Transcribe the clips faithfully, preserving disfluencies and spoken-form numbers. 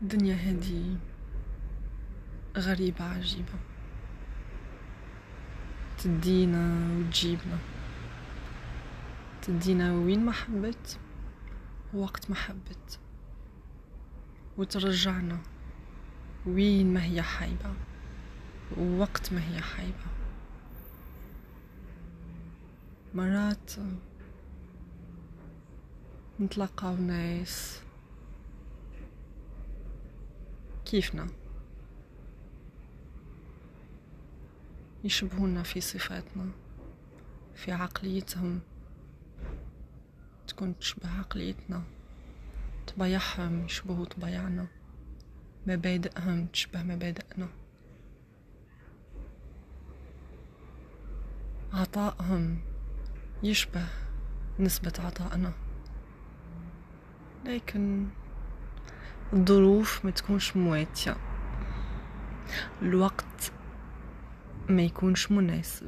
الدنيا هذه غريبة عجيبة، تدينا وتجيبنا، تدينا وين ما حبت ووقت ما حبت، وترجعنا وين ما هي حايبة ووقت ما هي حايبة. مرات نتلقاو ناس كيفنا، يشبهونا في صفاتنا، في عقليتهم تكون تشبه عقليتنا، طبيعهم يشبهوا طبيعنا، مبادئهم تشبه مبادئنا، عطائهم يشبه نسبة عطائنا. لكن الظروف ما تكونش مواتية، الوقت ما يكونش مناسب.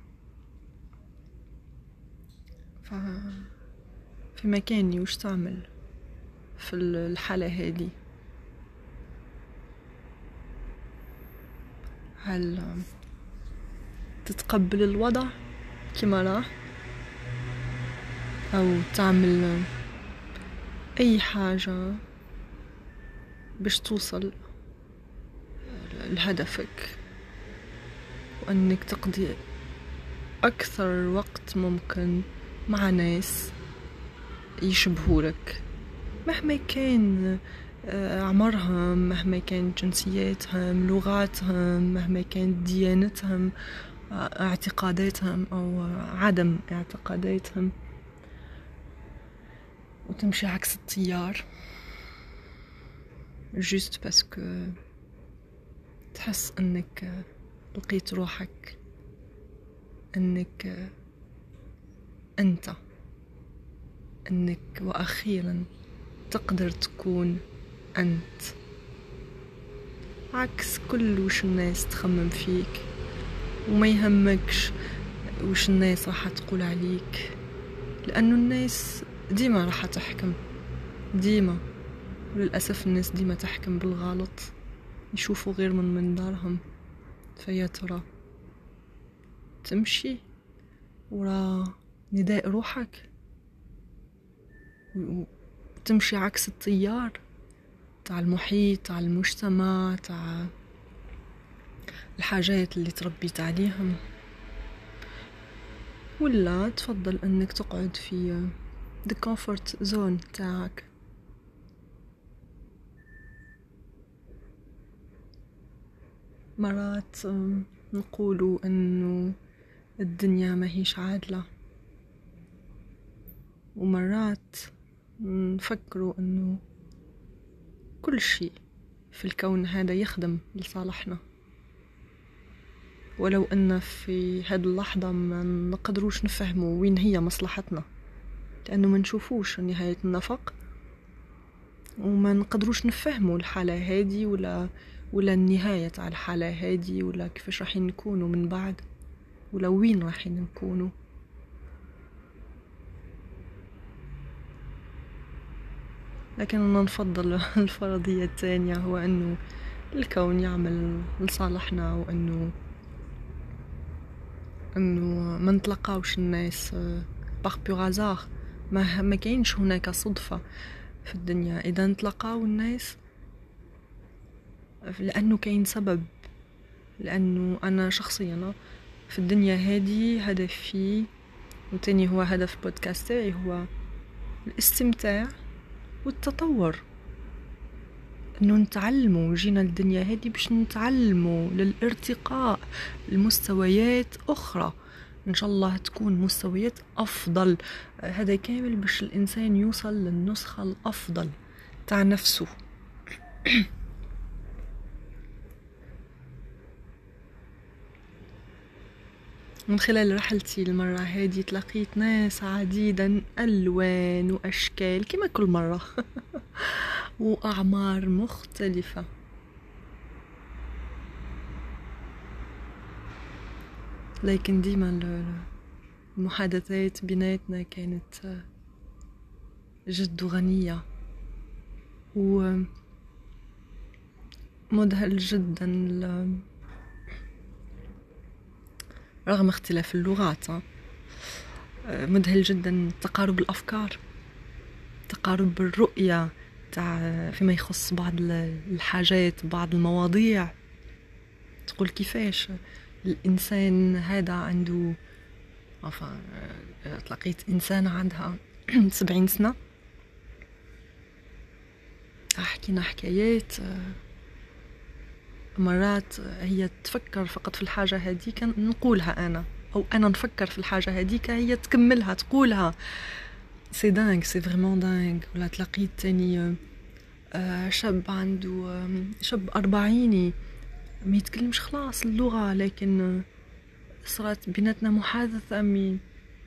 ف في مكاني وش تعمل في الحالة هذه؟ هل تتقبل الوضع كما راه، أو تعمل أي حاجة باش توصل لهدفك، وأنك تقضي أكثر وقت ممكن مع ناس يشبهولك، مهما كان عمرهم، مهما كانت جنسياتهم، لغاتهم، مهما كانت ديانتهم، اعتقاداتهم أو عدم اعتقاداتهم، وتمشي عكس التيار جست باسكو تحس أنك لقيت روحك، أنك أنت أنك وأخيرا تقدر تكون أنت، عكس كل وش الناس تخمم فيك، وما يهمكش وش الناس راح تقول عليك، لأنه الناس ديما راح تحكم، ديما، وللأسف الناس ديما تحكم بالغلط، يشوفوا غير من منظارهم. فيا ترى تمشي ورا نداء روحك وتمشي عكس التيار تاع المحيط، تاع المجتمع، تاع الحاجات اللي تربيت عليهم، ولا تفضل انك تقعد في the comfort zone تاعك؟ مرات نقولوا انه الدنيا ما هيش عادلة، ومرات نفكروا انه كل شيء في الكون هذا يخدم لصالحنا، ولو ان في هذه اللحظة ما نقدروش نفهموا وين هي مصلحتنا، لانه ما نشوفوش نهاية النفق، وما نقدروش نفهموا الحالة هذه ولا ولا النهاية تاع الحالة هذه، ولا كيفاش راح نكونوا من بعد، ولا وين راح نكونوا. لكن أنا نفضل الفرضية الثانية، هو أنه الكون يعمل لصالحنا، وأنه أنه ما نتلقاوش الناس باغ بيغازار، ما ما كاينش هناك صدفة في الدنيا. إذا نتلقاو الناس لأنه كاين سبب، لأنه أنا شخصيا في الدنيا هذه هدفي، وتاني هو هدف بودكاست تاعي، هو الاستمتاع والتطور، انه نتعلموا، جينا الدنيا هذه باش نتعلموا للارتقاء لمستويات اخرى، ان شاء الله تكون مستويات افضل، هذا كامل باش الانسان يوصل للنسخة الافضل تاع نفسه. من خلال رحلتي المرة هذه تلقيت ناس عديدا، ألوان وأشكال كما كل مرة وأعمار مختلفة، لكن ديما المحادثات بيناتنا كانت جد غنية، و مذهل جدا ل- رغم اختلاف اللغات، آه، مذهل جدا تقارب الأفكار، تقارب الرؤية تاع فيما يخص بعض الحاجات، بعض المواضيع. تقول كيفاش الإنسان هذا عنده عفوا تلاقيت إنسانة عندها سبعين سنة حكينا حكايات، مرات هي تفكر فقط في الحاجة هذيك نقولها أنا، أو أنا نفكر في الحاجة هذيك هي تكملها تقولها. سي دانغ، سي فريمون دانغ. ولا تلاقيت تاني شاب عنده شاب أربعيني ما يتكلمش خلاص اللغة، لكن صارت بيناتنا محادثة مين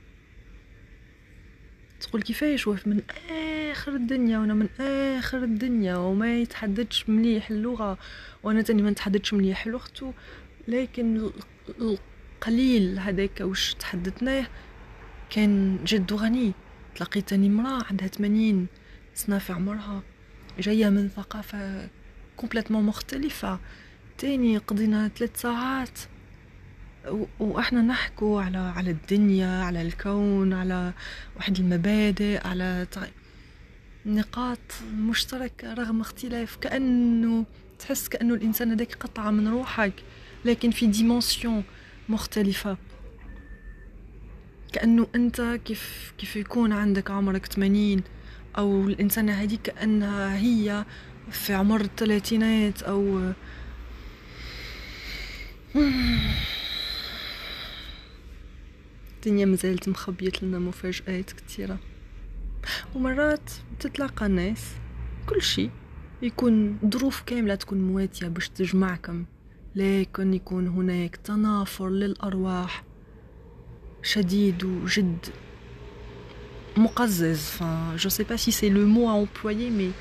تقول كيفاش هو من آخر الدنيا وأنا من آخر الدنيا وما يتحددش مليح اللغة وأنا تاني ما نتحددش مليح لغته، لكن القليل هذاك وش تحدثناه كان جد غني. تلاقيت تاني مرأة عندها ثمانين سنة في عمرها، جاية من ثقافة كومبليتمون مختلفة، تاني قضينا ثلاث ساعات واحنا نحكوا على على الدنيا، على الكون، على واحد المبادئ، على نقاط مشتركة رغم اختلاف. كأنه تحس كأنه الإنسان هذاك قطعة من روحك لكن في ديمونسيون مختلفة. كأنه أنت كيف كيف يكون عندك عمرك ثمانين أو الإنسانة هذه كأنها هي في عمر الثلاثينات أو الدنيا مازالت مخبيت لنا مفاجآت كثيرة. ومرات تتلاقى ناس كل شيء يكون ظروف كاملة تكون مواتية باش تجمعكم، لكن يكون هناك تنافر للأرواح شديد وجد مقزز. enfin je sais pas si c'est le mot à employer mais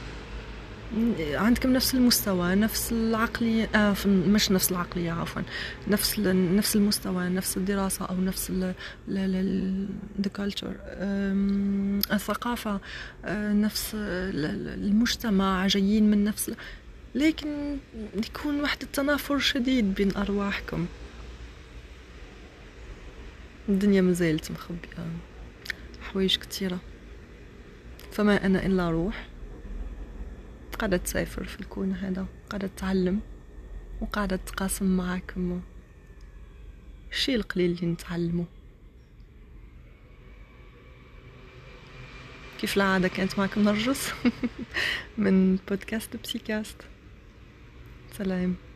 عندكم نفس المستوى، نفس العقلية، آه مش نفس العقلية عفوا، نفس نفس المستوى، نفس الدراسة أو نفس ال ال the culture، الثقافة، نفس المجتمع، جايين من نفس، لكن يكون واحد التنافر شديد بين أرواحكم. الدنيا مازالت مخبئة حوايج كتيرة، فما أنا إلا روح قاعدة تسافر في الكون هذا، قاعدة تتعلم وقاعدة تقاسم معاكم الشيء القليل اللي نتعلمه. كيف العادة كانت معكم نرجس من بودكاست بسيكاست. سلام.